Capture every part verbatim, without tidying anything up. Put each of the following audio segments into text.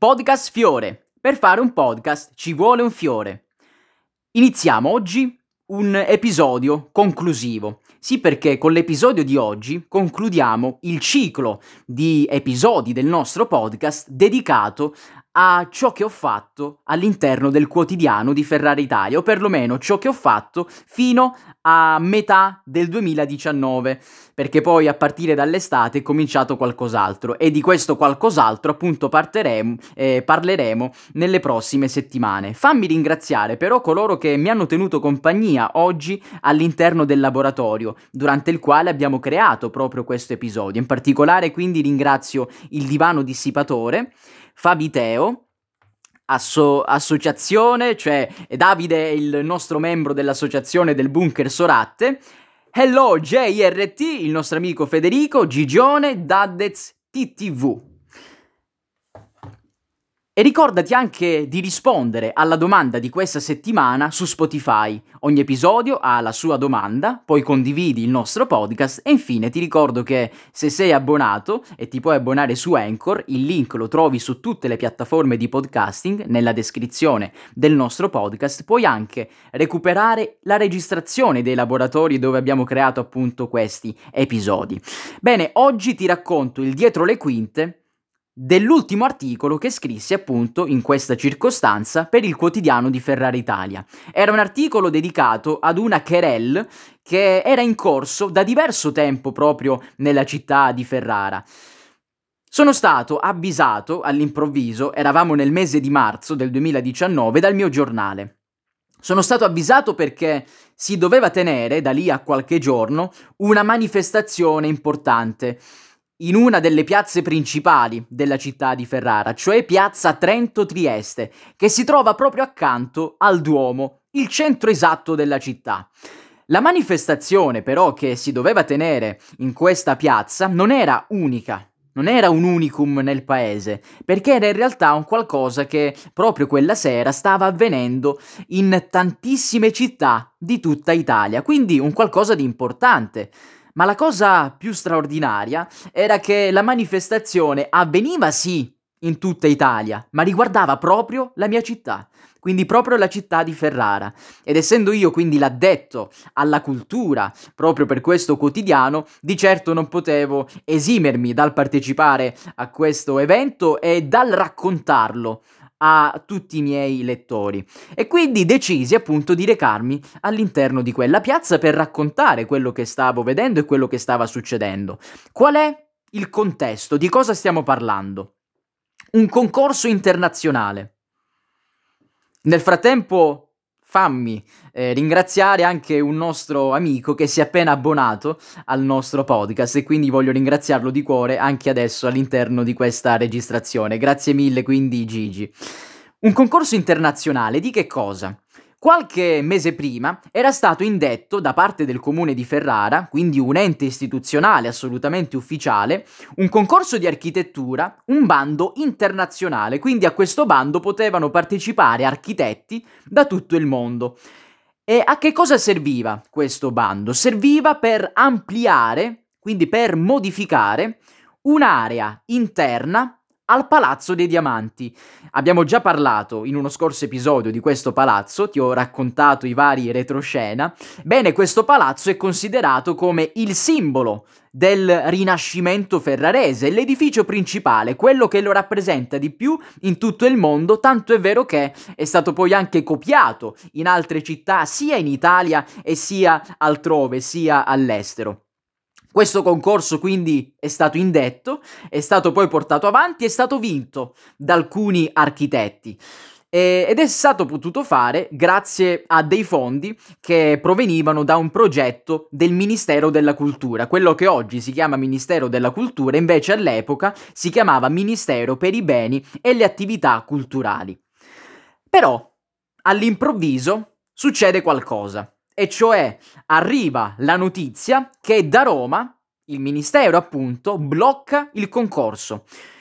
Podcast Fiore. Per fare un podcast ci vuole un fiore. Iniziamo oggi un episodio conclusivo. Sì, perché con l'episodio di oggi concludiamo il ciclo di episodi del nostro podcast dedicato a ciò che ho fatto all'interno del quotidiano di Ferrara Italia, o perlomeno ciò che ho fatto fino a metà del duemiladiciannove, perché poi a partire dall'estate è cominciato qualcos'altro e di questo qualcos'altro appunto parteremo, eh, parleremo nelle prossime settimane. Fammi ringraziare però coloro che mi hanno tenuto compagnia oggi all'interno del laboratorio, durante il quale abbiamo creato proprio questo episodio. In particolare quindi ringrazio il divano dissipatore, Fabiteo, Asso- associazione, cioè Davide è il nostro membro dell'associazione del Bunker Soratte, Hello J R T, il nostro amico Federico, Gigione, Daddez, T T V. E ricordati anche di rispondere alla domanda di questa settimana su Spotify. Ogni episodio ha la sua domanda, poi condividi il nostro podcast e infine ti ricordo che se sei abbonato e ti puoi abbonare su Anchor, il link lo trovi su tutte le piattaforme di podcasting, nella descrizione del nostro podcast, puoi anche recuperare la registrazione dei laboratori dove abbiamo creato appunto questi episodi. Bene, oggi ti racconto il dietro le quinte dell'ultimo articolo che scrissi appunto in questa circostanza per il quotidiano di Ferrara Italia. Era un articolo dedicato ad una querelle che era in corso da diverso tempo proprio nella città di Ferrara. Sono stato avvisato all'improvviso, eravamo nel mese di marzo del duemiladiciannove, dal mio giornale. Sono stato avvisato perché si doveva tenere, da lì a qualche giorno, una manifestazione importante in una delle piazze principali della città di Ferrara, cioè piazza Trento Trieste, che si trova proprio accanto al Duomo, il centro esatto della città. La manifestazione però che si doveva tenere in questa piazza non era unica, non era un unicum nel paese, perché era in realtà un qualcosa che proprio quella sera stava avvenendo in tantissime città di tutta Italia, quindi un qualcosa di importante. Ma la cosa più straordinaria era che la manifestazione avveniva sì in tutta Italia, ma riguardava proprio la mia città, quindi proprio la città di Ferrara. Ed essendo io quindi l'addetto alla cultura proprio per questo quotidiano, di certo non potevo esimermi dal partecipare a questo evento e dal raccontarlo a tutti i miei lettori. E quindi decisi appunto di recarmi all'interno di quella piazza per raccontare quello che stavo vedendo e quello che stava succedendo. Qual è il contesto? Di cosa stiamo parlando? Un concorso internazionale. Nel frattempo fammi eh, ringraziare anche un nostro amico che si è appena abbonato al nostro podcast e quindi voglio ringraziarlo di cuore anche adesso all'interno di questa registrazione. Grazie mille quindi Gigi. Un concorso internazionale di che cosa? Qualche mese prima era stato indetto da parte del comune di Ferrara, quindi un ente istituzionale assolutamente ufficiale, un concorso di architettura, un bando internazionale, quindi a questo bando potevano partecipare architetti da tutto il mondo. E a che cosa serviva questo bando? Serviva per ampliare, quindi per modificare, un'area interna al Palazzo dei Diamanti. Abbiamo già parlato in uno scorso episodio di questo palazzo, ti ho raccontato i vari retroscena. Bene, questo palazzo è considerato come il simbolo del Rinascimento ferrarese, l'edificio principale, quello che lo rappresenta di più in tutto il mondo, tanto è vero che è stato poi anche copiato in altre città, sia in Italia e sia altrove, sia all'estero. Questo concorso quindi è stato indetto, è stato poi portato avanti, è stato vinto da alcuni architetti e- ed è stato potuto fare grazie a dei fondi che provenivano da un progetto del Ministero della Cultura. Quello che oggi si chiama Ministero della Cultura invece all'epoca si chiamava Ministero per i beni e le attività culturali. Però all'improvviso succede qualcosa. E cioè arriva la notizia che da Roma il ministero appunto blocca il concorso.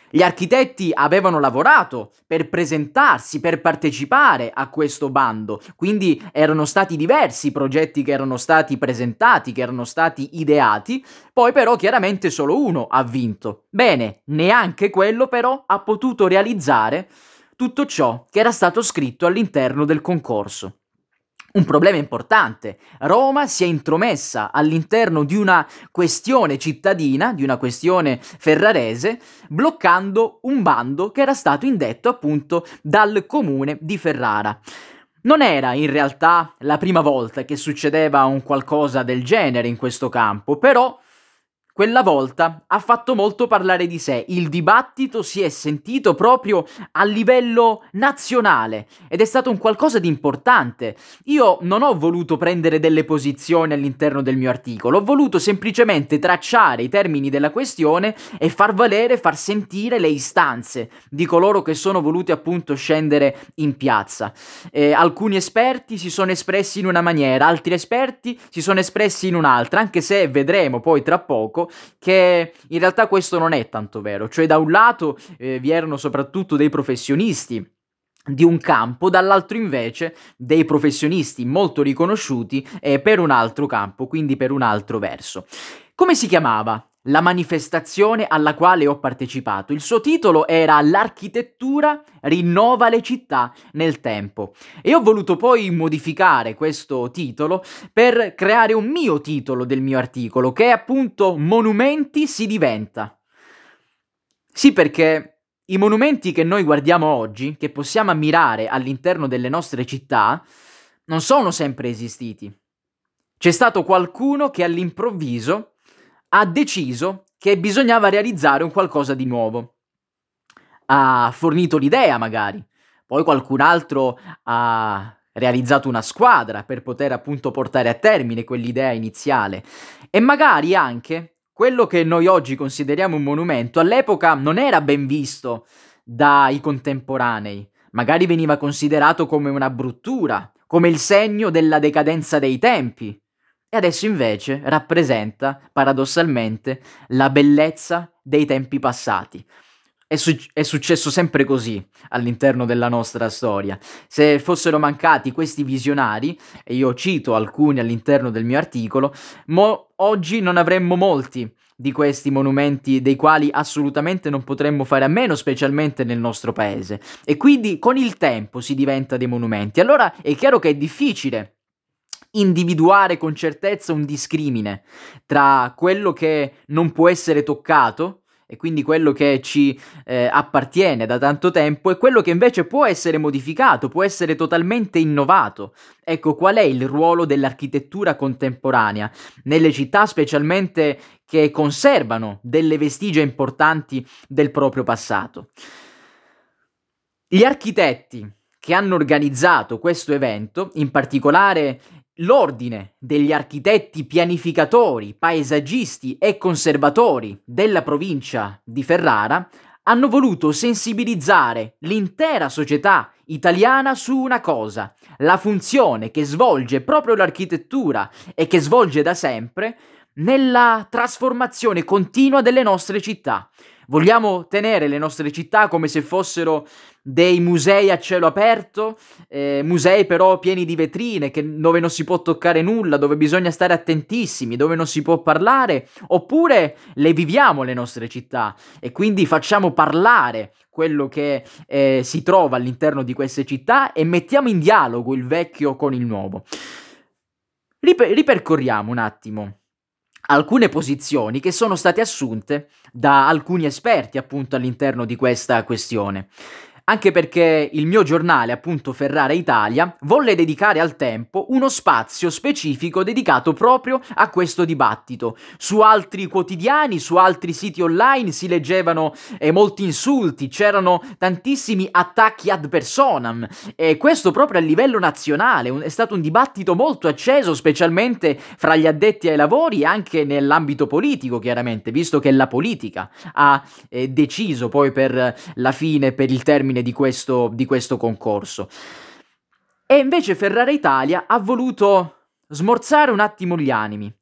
Gli architetti avevano lavorato per presentarsi, per partecipare a questo bando, quindi erano stati diversi i progetti che erano stati presentati, che erano stati ideati, poi però chiaramente solo uno ha vinto. Bene, neanche quello però ha potuto realizzare tutto ciò che era stato scritto all'interno del concorso. Un problema importante. Roma si è intromessa all'interno di una questione cittadina, di una questione ferrarese, bloccando un bando che era stato indetto appunto dal comune di Ferrara. Non era in realtà la prima volta che succedeva un qualcosa del genere in questo campo, però quella volta ha fatto molto parlare di sé, il dibattito si è sentito proprio a livello nazionale ed è stato un qualcosa di importante. Io non ho voluto prendere delle posizioni all'interno del mio articolo, ho voluto semplicemente tracciare i termini della questione e far valere, far sentire le istanze di coloro che sono voluti appunto scendere in piazza. Eh, alcuni esperti si sono espressi in una maniera, altri esperti si sono espressi in un'altra, anche se vedremo poi tra poco che in realtà questo non è tanto vero, cioè da un lato eh, vi erano soprattutto dei professionisti di un campo, dall'altro invece dei professionisti molto riconosciuti eh, per un altro campo, quindi per un altro verso. Come si chiamava la manifestazione alla quale ho partecipato? Il suo titolo era L'architettura rinnova le città nel tempo e ho voluto poi modificare questo titolo per creare un mio titolo del mio articolo, che è appunto Monumenti si diventa. Sì, perché i monumenti che noi guardiamo oggi, che possiamo ammirare all'interno delle nostre città, non sono sempre esistiti. C'è stato qualcuno che all'improvviso ha deciso che bisognava realizzare un qualcosa di nuovo. Ha fornito l'idea magari, poi qualcun altro ha realizzato una squadra per poter appunto portare a termine quell'idea iniziale e magari anche quello che noi oggi consideriamo un monumento all'epoca non era ben visto dai contemporanei, magari veniva considerato come una bruttura, come il segno della decadenza dei tempi. E adesso invece rappresenta, paradossalmente, la bellezza dei tempi passati. È, su- è successo sempre così all'interno della nostra storia. Se fossero mancati questi visionari, e io cito alcuni all'interno del mio articolo, mo- oggi non avremmo molti di questi monumenti dei quali assolutamente non potremmo fare a meno, specialmente nel nostro paese. E quindi con il tempo si diventa dei monumenti. Allora è chiaro che è difficile individuare con certezza un discrimine tra quello che non può essere toccato e quindi quello che ci eh, appartiene da tanto tempo e quello che invece può essere modificato, può essere totalmente innovato. Ecco, qual è il ruolo dell'architettura contemporanea nelle città, specialmente che conservano delle vestigia importanti del proprio passato. Gli architetti che hanno organizzato questo evento, in particolare l'ordine degli architetti pianificatori, paesaggisti e conservatori della provincia di Ferrara, hanno voluto sensibilizzare l'intera società italiana su una cosa, la funzione che svolge proprio l'architettura e che svolge da sempre nella trasformazione continua delle nostre città. Vogliamo tenere le nostre città come se fossero dei musei a cielo aperto, eh, musei però pieni di vetrine, che, dove non si può toccare nulla, dove bisogna stare attentissimi, dove non si può parlare, oppure le viviamo le nostre città e quindi facciamo parlare quello che eh, si trova all'interno di queste città e mettiamo in dialogo il vecchio con il nuovo. Riper- ripercorriamo un attimo alcune posizioni che sono state assunte da alcuni esperti appunto all'interno di questa questione. Anche perché il mio giornale, appunto Ferrara Italia, volle dedicare al tempo uno spazio specifico dedicato proprio a questo dibattito. Su altri quotidiani, su altri siti online si leggevano eh, molti insulti, c'erano tantissimi attacchi ad personam e questo proprio a livello nazionale. Un, è stato un dibattito molto acceso, specialmente fra gli addetti ai lavori e anche nell'ambito politico, chiaramente, visto che la politica ha eh, deciso poi per la fine, per il termine di questo, di questo concorso. E invece Ferrara Italia ha voluto smorzare un attimo gli animi,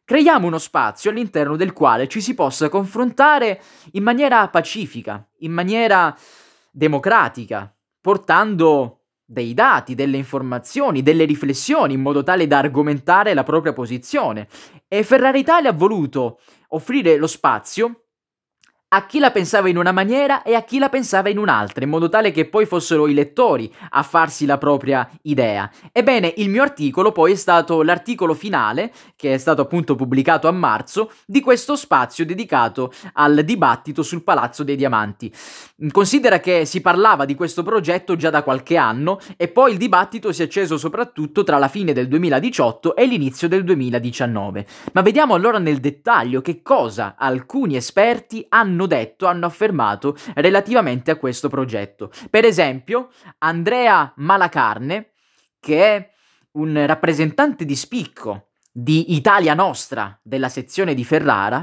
Creiamo uno spazio all'interno del quale ci si possa confrontare in maniera pacifica, in maniera democratica, portando dei dati, delle informazioni, delle riflessioni in modo tale da argomentare la propria posizione. E Ferrari Italia ha voluto offrire lo spazio a chi la pensava in una maniera e a chi la pensava in un'altra, in modo tale che poi fossero i lettori a farsi la propria idea. Ebbene, il mio articolo poi è stato l'articolo finale, che è stato appunto pubblicato a marzo, di questo spazio dedicato al dibattito sul Palazzo dei Diamanti. Considera che si parlava di questo progetto già da qualche anno e poi il dibattito si è acceso soprattutto tra la fine del duemiladiciotto e l'inizio del duemiladiciannove. Ma vediamo allora nel dettaglio che cosa alcuni esperti hanno detto, hanno affermato relativamente a questo progetto. Per esempio, Andrea Malacarne, che è un rappresentante di spicco di Italia Nostra della sezione di Ferrara,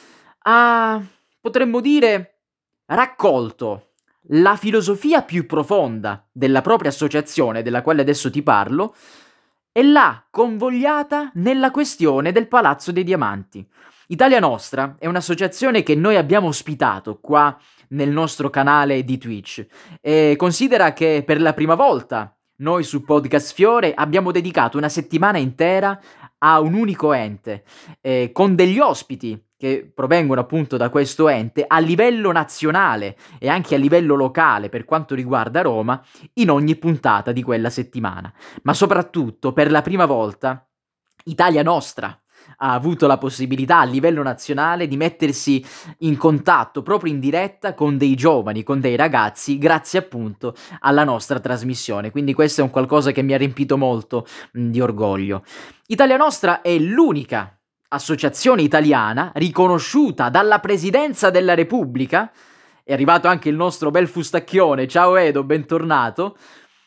ha, potremmo dire, raccolto la filosofia più profonda della propria associazione, della quale adesso ti parlo, e l'ha convogliata nella questione del Palazzo dei Diamanti. Italia Nostra è un'associazione che noi abbiamo ospitato qua nel nostro canale di Twitch e considera che per la prima volta noi su Podcast Fiore abbiamo dedicato una settimana intera a un unico ente, eh, con degli ospiti che provengono appunto da questo ente a livello nazionale e anche a livello locale per quanto riguarda Roma in ogni puntata di quella settimana. Ma soprattutto per la prima volta Italia Nostra ha avuto la possibilità a livello nazionale di mettersi in contatto proprio in diretta con dei giovani, con dei ragazzi, grazie appunto alla nostra trasmissione. Quindi questo è un qualcosa che mi ha riempito molto mh, di orgoglio. Italia Nostra è l'unica associazione italiana riconosciuta dalla Presidenza della Repubblica. È arrivato anche il nostro bel fustacchione, ciao Edo, bentornato,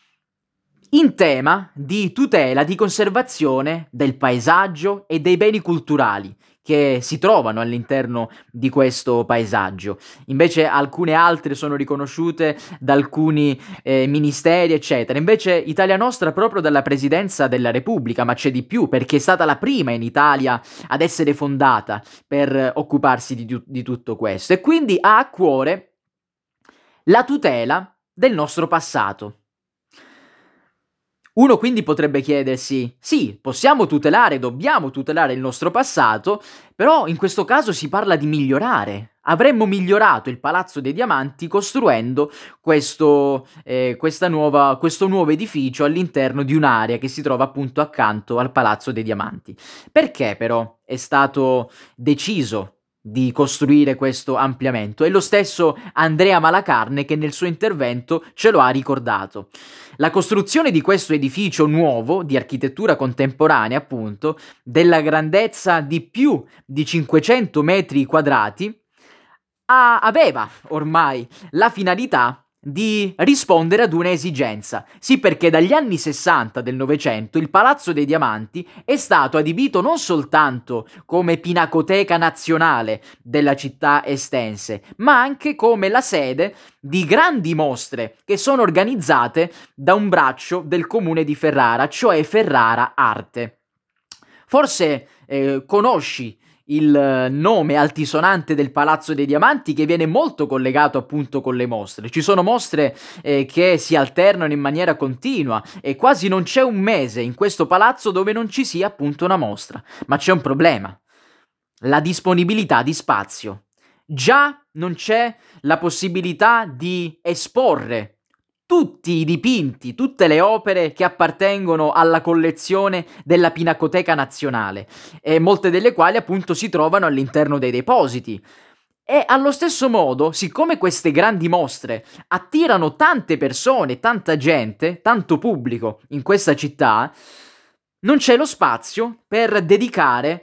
in tema di tutela, di conservazione del paesaggio e dei beni culturali che si trovano all'interno di questo paesaggio. Invece alcune altre sono riconosciute da alcuni eh, ministeri, eccetera. Invece Italia Nostra proprio dalla Presidenza della Repubblica, ma c'è di più, perché è stata la prima in Italia ad essere fondata per occuparsi di, di tutto questo. E quindi ha a cuore la tutela del nostro passato. Uno quindi potrebbe chiedersi, sì, possiamo tutelare, dobbiamo tutelare il nostro passato, però in questo caso si parla di migliorare. Avremmo migliorato il Palazzo dei Diamanti costruendo questo, eh, questa nuova, questo nuovo edificio all'interno di un'area che si trova appunto accanto al Palazzo dei Diamanti. Perché però è stato deciso di costruire questo ampliamento? È lo stesso Andrea Malacarne che nel suo intervento ce lo ha ricordato. La costruzione di questo edificio nuovo, di architettura contemporanea appunto, della grandezza di più di cinquecento metri quadrati, ha, aveva ormai la finalità di rispondere ad un'esigenza. Sì, perché dagli anni sessanta del Novecento il Palazzo dei Diamanti è stato adibito non soltanto come pinacoteca nazionale della città estense, ma anche come la sede di grandi mostre che sono organizzate da un braccio del comune di Ferrara, cioè Ferrara Arte. Forse eh, conosci il nome altisonante del Palazzo dei Diamanti, che viene molto collegato appunto con le mostre. Ci sono mostre eh, che si alternano in maniera continua e quasi non c'è un mese in questo palazzo dove non ci sia appunto una mostra. Ma c'è un problema: la disponibilità di spazio. Già non c'è la possibilità di esporre tutti i dipinti, tutte le opere che appartengono alla collezione della Pinacoteca Nazionale, e molte delle quali appunto si trovano all'interno dei depositi. E allo stesso modo, siccome queste grandi mostre attirano tante persone, tanta gente, tanto pubblico in questa città, non c'è lo spazio per dedicare,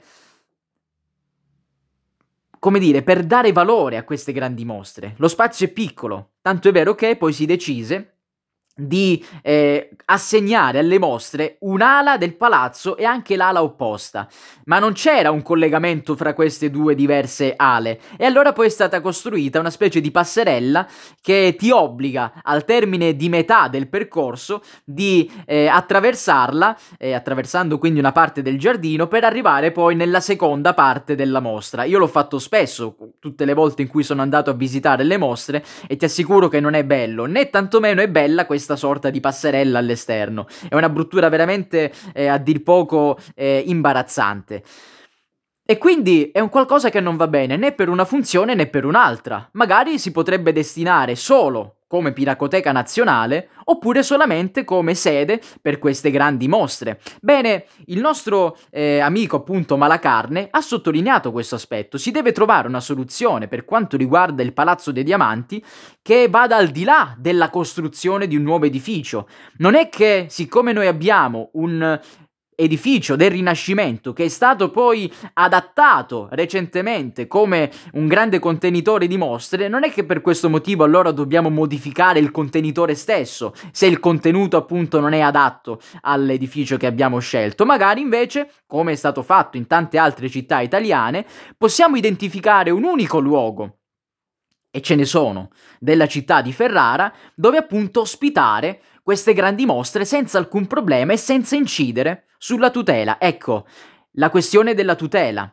come dire, per dare valore a queste grandi mostre. Lo spazio è piccolo, tanto è vero che poi si decise di eh, assegnare alle mostre un'ala del palazzo e anche l'ala opposta, ma non c'era un collegamento fra queste due diverse ale, e allora poi è stata costruita una specie di passerella che ti obbliga al termine di metà del percorso di eh, attraversarla, eh, attraversando quindi una parte del giardino per arrivare poi nella seconda parte della mostra. Io l'ho fatto spesso, tutte le volte in cui sono andato a visitare le mostre, e ti assicuro che non è bello, né tantomeno è bella questa sorta di passerella all'esterno. È una bruttura veramente eh, a dir poco eh, imbarazzante. E quindi è un qualcosa che non va bene né per una funzione né per un'altra. Magari si potrebbe destinare solo come Pinacoteca Nazionale oppure solamente come sede per queste grandi mostre. Bene, il nostro eh, amico appunto Malacarne ha sottolineato questo aspetto. Si deve trovare una soluzione per quanto riguarda il Palazzo dei Diamanti che vada al di là della costruzione di un nuovo edificio. Non è che, siccome noi abbiamo un edificio del Rinascimento che è stato poi adattato recentemente come un grande contenitore di mostre, non è che per questo motivo allora dobbiamo modificare il contenitore stesso, se il contenuto appunto non è adatto all'edificio che abbiamo scelto. Magari invece, come è stato fatto in tante altre città italiane, possiamo identificare un unico luogo, e ce ne sono, della città di Ferrara, dove appunto ospitare queste grandi mostre senza alcun problema e senza incidere sulla tutela. Ecco, la questione della tutela.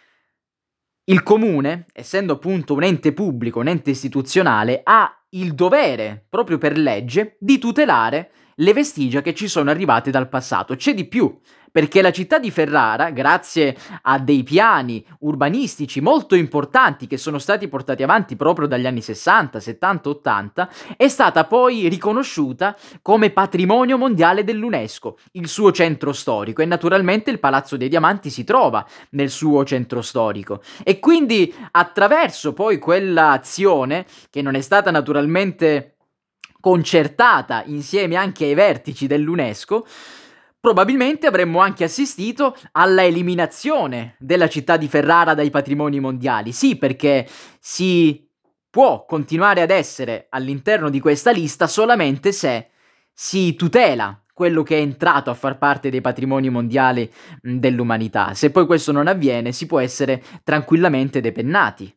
Il comune, essendo appunto un ente pubblico, un ente istituzionale, ha il dovere, proprio per legge, di tutelare le vestigia che ci sono arrivate dal passato. C'è di più, perché la città di Ferrara, grazie a dei piani urbanistici molto importanti che sono stati portati avanti proprio dagli anni sessanta, settanta, ottanta, è stata poi riconosciuta come patrimonio mondiale dell'UNESCO, il suo centro storico, e naturalmente il Palazzo dei Diamanti si trova nel suo centro storico. E quindi attraverso poi quella azione, che non è stata naturalmente concertata insieme anche ai vertici dell'UNESCO, probabilmente avremmo anche assistito alla eliminazione della città di Ferrara dai patrimoni mondiali. Sì, perché si può continuare ad essere all'interno di questa lista solamente se si tutela quello che è entrato a far parte dei patrimoni mondiali mh, dell'umanità. Se poi questo non avviene, si può essere tranquillamente depennati.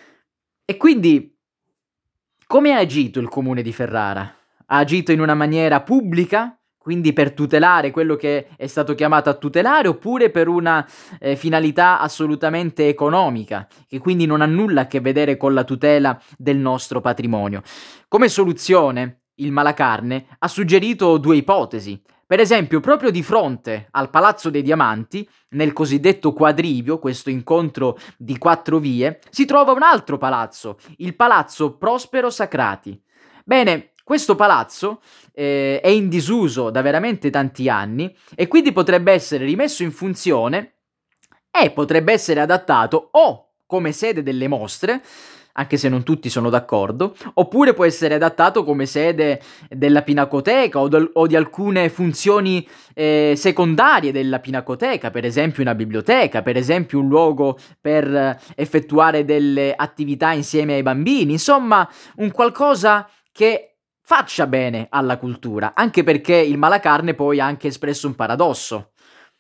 E quindi come ha agito il comune di Ferrara? Ha agito in una maniera pubblica, quindi per tutelare quello che è stato chiamato a tutelare, oppure per una eh, finalità assolutamente economica, che quindi non ha nulla a che vedere con la tutela del nostro patrimonio? Come soluzione, il Malacarne ha suggerito due ipotesi. Per esempio, proprio di fronte al Palazzo dei Diamanti, nel cosiddetto quadrivio, questo incontro di quattro vie, si trova un altro palazzo, il Palazzo Prospero Sacrati. Bene, questo palazzo eh, è in disuso da veramente tanti anni e quindi potrebbe essere rimesso in funzione e potrebbe essere adattato o come sede delle mostre, anche se non tutti sono d'accordo, oppure può essere adattato come sede della Pinacoteca o, del, o di alcune funzioni eh, secondarie della Pinacoteca, per esempio una biblioteca, per esempio un luogo per eh, effettuare delle attività insieme ai bambini, insomma un qualcosa che faccia bene alla cultura, anche perché il Malacarne poi ha anche espresso un paradosso.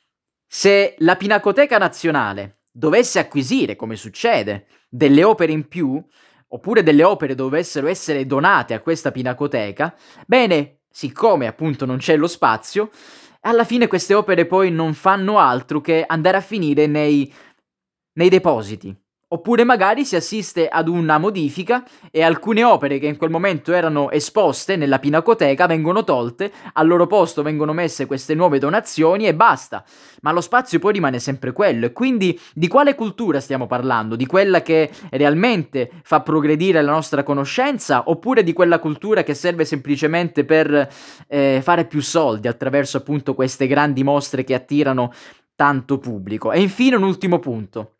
Se la Pinacoteca Nazionale dovesse acquisire, come succede, delle opere in più, oppure delle opere dovessero essere donate a questa pinacoteca, bene, siccome appunto non c'è lo spazio, alla fine queste opere poi non fanno altro che andare a finire nei, nei depositi. Oppure magari si assiste ad una modifica e alcune opere che in quel momento erano esposte nella pinacoteca vengono tolte, al loro posto vengono messe queste nuove donazioni e basta. Ma lo spazio poi rimane sempre quello, e quindi di quale cultura stiamo parlando? Di quella che realmente fa progredire la nostra conoscenza, oppure di quella cultura che serve semplicemente per eh, fare più soldi attraverso appunto queste grandi mostre che attirano tanto pubblico? E infine un ultimo punto.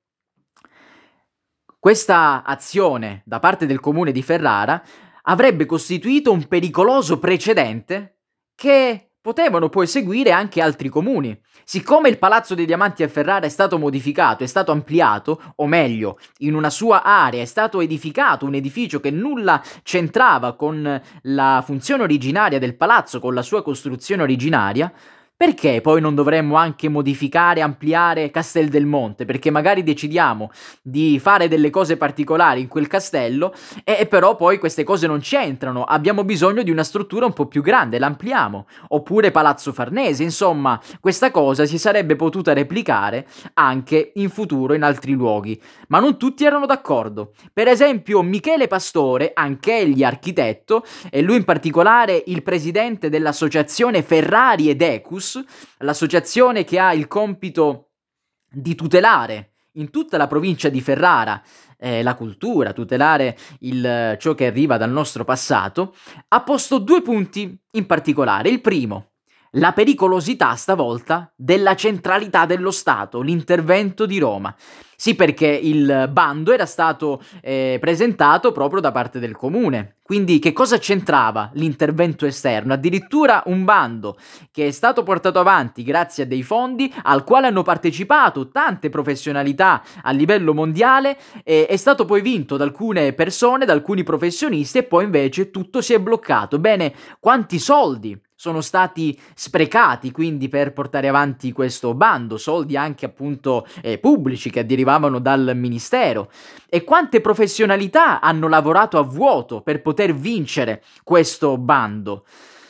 Questa azione da parte del comune di Ferrara avrebbe costituito un pericoloso precedente che potevano poi seguire anche altri comuni. Siccome il Palazzo dei Diamanti a Ferrara è stato modificato, è stato ampliato, o meglio, in una sua area è stato edificato un edificio che nulla c'entrava con la funzione originaria del palazzo, con la sua costruzione originaria, perché poi non dovremmo anche modificare, ampliare Castel del Monte? Perché magari decidiamo di fare delle cose particolari in quel castello e però poi queste cose non c'entrano, abbiamo bisogno di una struttura un po' più grande, l'ampliamo. Oppure Palazzo Farnese, insomma, questa cosa si sarebbe potuta replicare anche in futuro in altri luoghi, ma non tutti erano d'accordo. Per esempio Michele Pastore, anch'egli architetto, e lui in particolare il presidente dell'associazione Ferrari ed Ecus, l'associazione che ha il compito di tutelare in tutta la provincia di Ferrara eh, la cultura, tutelare il, ciò che arriva dal nostro passato, ha posto due punti in particolare. Il primo, la pericolosità stavolta della centralità dello Stato, l'intervento di Roma. Sì, perché il bando era stato eh, presentato proprio da parte del comune. Quindi che cosa c'entrava l'intervento esterno? Addirittura un bando che è stato portato avanti grazie a dei fondi al quale hanno partecipato tante professionalità a livello mondiale e è stato poi vinto da alcune persone, da alcuni professionisti e poi invece tutto si è bloccato. Bene, quanti soldi sono stati sprecati quindi per portare avanti questo bando, soldi anche appunto eh, pubblici che derivavano dal ministero, e quante professionalità hanno lavorato a vuoto per poter vincere questo bando.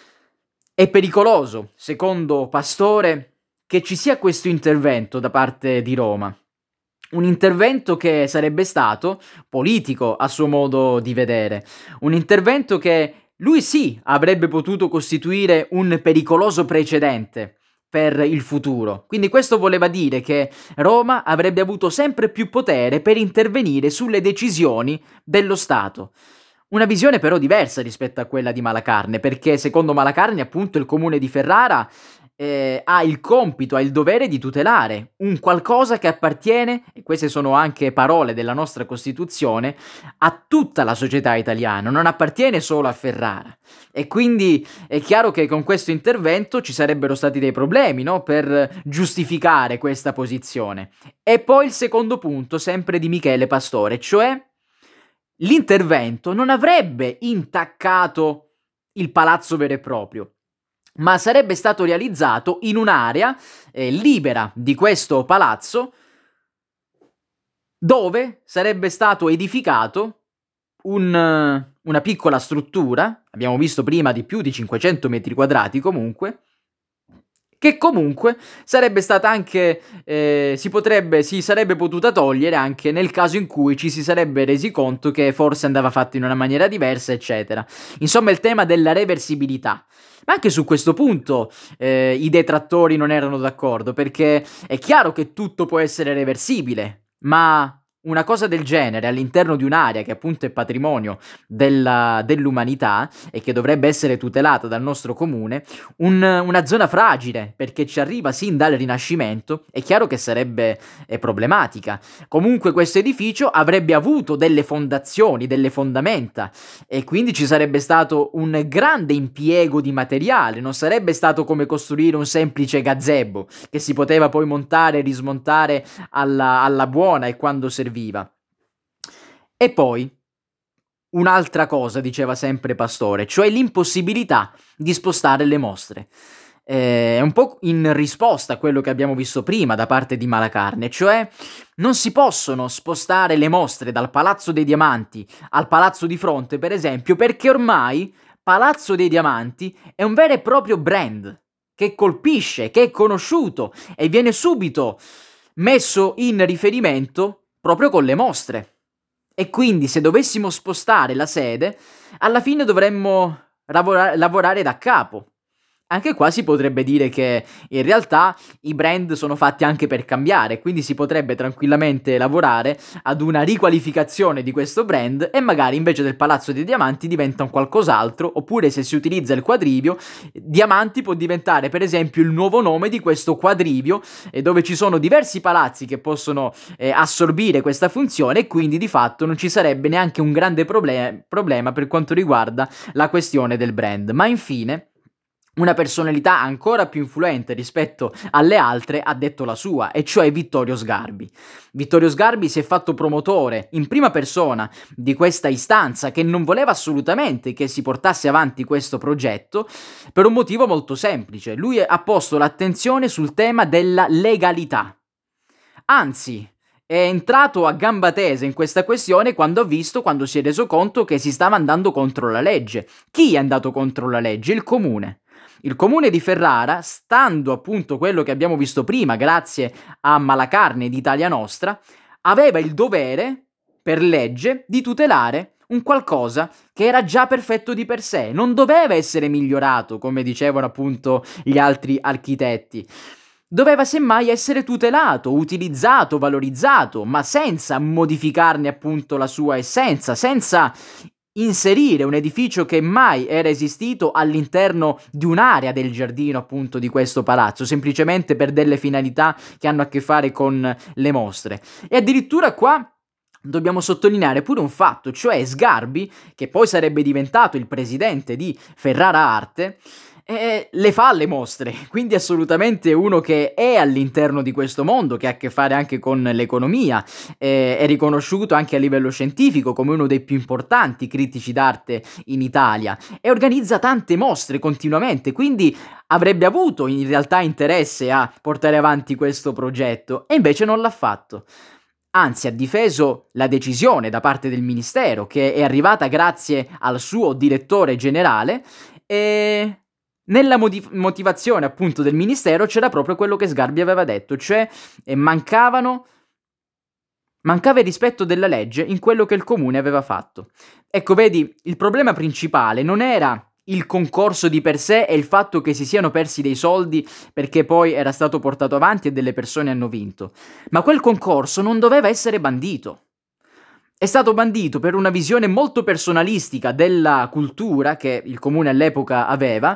È pericoloso, secondo Pastore, che ci sia questo intervento da parte di Roma. Un intervento che sarebbe stato politico a suo modo di vedere, un intervento che lui sì avrebbe potuto costituire un pericoloso precedente per il futuro. Quindi questo voleva dire che Roma avrebbe avuto sempre più potere per intervenire sulle decisioni dello Stato. Una visione però diversa rispetto a quella di Malacarne, perché secondo Malacarne appunto il comune di Ferrara eh, ha il compito, ha il dovere di tutelare un qualcosa che appartiene, e queste sono anche parole della nostra Costituzione, a tutta la società italiana, non appartiene solo a Ferrara. E quindi è chiaro che con questo intervento ci sarebbero stati dei problemi, no? Per giustificare questa posizione. E poi il secondo punto, sempre di Michele Pastore, cioè l'intervento non avrebbe intaccato il palazzo vero e proprio, ma sarebbe stato realizzato in un'area eh, libera di questo palazzo, dove sarebbe stato edificato un, una piccola struttura, abbiamo visto prima di più di cinquecento metri quadrati comunque, che comunque sarebbe stata anche, eh, si potrebbe, si sarebbe potuta togliere anche nel caso in cui ci si sarebbe resi conto che forse andava fatto in una maniera diversa, eccetera. Insomma, il tema della reversibilità. Ma anche su questo punto eh, i detrattori non erano d'accordo, perché è chiaro che tutto può essere reversibile, ma una cosa del genere all'interno di un'area che appunto è patrimonio della, dell'umanità e che dovrebbe essere tutelata dal nostro comune, un, una zona fragile perché ci arriva sin dal Rinascimento, è chiaro che sarebbe eh, problematica. Comunque questo edificio avrebbe avuto delle fondazioni, delle fondamenta, e quindi ci sarebbe stato un grande impiego di materiale, non sarebbe stato come costruire un semplice gazebo che si poteva poi montare e rismontare alla, alla buona e quando serviva. E poi un'altra cosa diceva sempre Pastore, cioè l'impossibilità di spostare le mostre. È un po' in risposta a quello che abbiamo visto prima da parte di Malacarne, cioè non si possono spostare le mostre dal Palazzo dei Diamanti al Palazzo di Fronte, per esempio, perché ormai Palazzo dei Diamanti è un vero e proprio brand che colpisce, che è conosciuto e viene subito messo in riferimento proprio con le mostre. E quindi se dovessimo spostare la sede, alla fine dovremmo lavora- lavorare da capo. Anche qua si potrebbe dire che in realtà i brand sono fatti anche per cambiare, quindi si potrebbe tranquillamente lavorare ad una riqualificazione di questo brand e magari invece del Palazzo dei Diamanti diventa un qualcos'altro, oppure se si utilizza il quadrivio, Diamanti può diventare per esempio il nuovo nome di questo quadrivio, eh, dove ci sono diversi palazzi che possono eh, assorbire questa funzione e quindi di fatto non ci sarebbe neanche un grande problem- problema per quanto riguarda la questione del brand. Ma infine una personalità ancora più influente rispetto alle altre ha detto la sua, e cioè Vittorio Sgarbi. Vittorio Sgarbi si è fatto promotore in prima persona di questa istanza, che non voleva assolutamente che si portasse avanti questo progetto, per un motivo molto semplice. Lui ha posto l'attenzione sul tema della legalità. Anzi, è entrato a gamba tesa in questa questione quando ha visto, quando si è reso conto che si stava andando contro la legge. Chi è andato contro la legge? Il comune. Il comune di Ferrara, stando appunto quello che abbiamo visto prima, grazie a Malacarne di Italia Nostra, aveva il dovere, per legge, di tutelare un qualcosa che era già perfetto di per sé, non doveva essere migliorato, come dicevano appunto gli altri architetti. Doveva semmai essere tutelato, utilizzato, valorizzato, ma senza modificarne appunto la sua essenza, senza inserire un edificio che mai era esistito all'interno di un'area del giardino appunto di questo palazzo, semplicemente per delle finalità che hanno a che fare con le mostre. E addirittura qua dobbiamo sottolineare pure un fatto, cioè Sgarbi, che poi sarebbe diventato il presidente di Ferrara Arte, eh, le fa le mostre, quindi assolutamente uno che è all'interno di questo mondo, che ha a che fare anche con l'economia, eh, è riconosciuto anche a livello scientifico come uno dei più importanti critici d'arte in Italia, e organizza tante mostre continuamente, quindi avrebbe avuto in realtà interesse a portare avanti questo progetto, e invece non l'ha fatto. Anzi, ha difeso la decisione da parte del ministero, che è arrivata grazie al suo direttore generale, e nella motiv- motivazione appunto del ministero c'era proprio quello che Sgarbi aveva detto, cioè eh, mancavano mancava il rispetto della legge in quello che il comune aveva fatto. Ecco, vedi, il problema principale non era il concorso di per sé e il fatto che si siano persi dei soldi perché poi era stato portato avanti e delle persone hanno vinto, ma quel concorso non doveva essere bandito. È stato bandito per una visione molto personalistica della cultura che il comune all'epoca aveva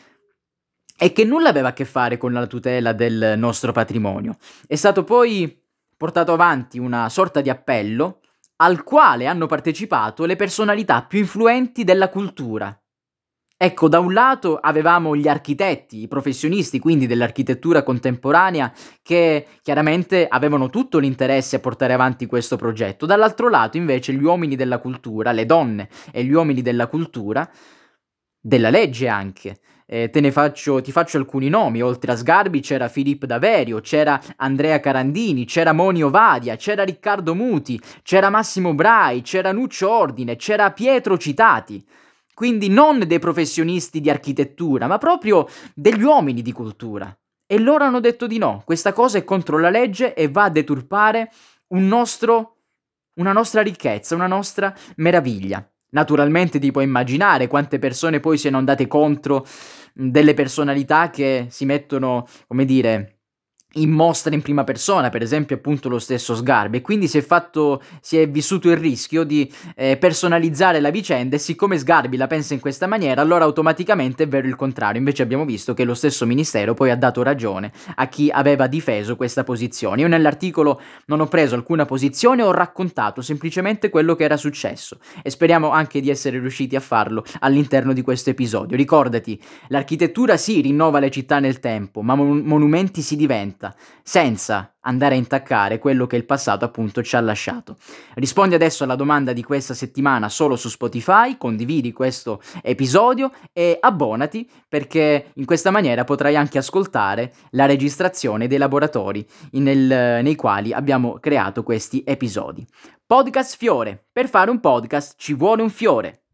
e che nulla aveva a che fare con la tutela del nostro patrimonio. È stato poi portato avanti una sorta di appello al quale hanno partecipato le personalità più influenti della cultura. Ecco, da un lato avevamo gli architetti, i professionisti quindi dell'architettura contemporanea, che chiaramente avevano tutto l'interesse a portare avanti questo progetto. Dall'altro lato invece gli uomini della cultura, le donne e gli uomini della cultura, della legge anche. Eh, te ne faccio, ti faccio alcuni nomi: oltre a Sgarbi c'era Filippo Daverio, c'era Andrea Carandini, c'era Moni Ovadia, c'era Riccardo Muti, c'era Massimo Brai, c'era Nuccio Ordine, c'era Pietro Citati. Quindi non dei professionisti di architettura, ma proprio degli uomini di cultura. E loro hanno detto di no, questa cosa è contro la legge e va a deturpare un nostro, una nostra ricchezza, una nostra meraviglia. Naturalmente ti puoi immaginare quante persone poi siano andate contro delle personalità che si mettono, come dire, in mostra in prima persona, per esempio appunto lo stesso Sgarbi, e quindi si è fatto, si è vissuto il rischio di eh, personalizzare la vicenda, e siccome Sgarbi la pensa in questa maniera, allora automaticamente è vero il contrario. Invece abbiamo visto che lo stesso ministero poi ha dato ragione a chi aveva difeso questa posizione. Io nell'articolo non ho preso alcuna posizione, ho raccontato semplicemente quello che era successo, e speriamo anche di essere riusciti a farlo all'interno di questo episodio. Ricordati, l'architettura sì rinnova le città nel tempo, ma mon- monumenti si diventa, senza andare a intaccare quello che il passato appunto ci ha lasciato. Rispondi adesso alla domanda di questa settimana solo su Spotify, condividi questo episodio e abbonati, perché in questa maniera potrai anche ascoltare la registrazione dei laboratori nel- nei quali abbiamo creato questi episodi. Podcast Fiore. Per fare un podcast ci vuole un fiore.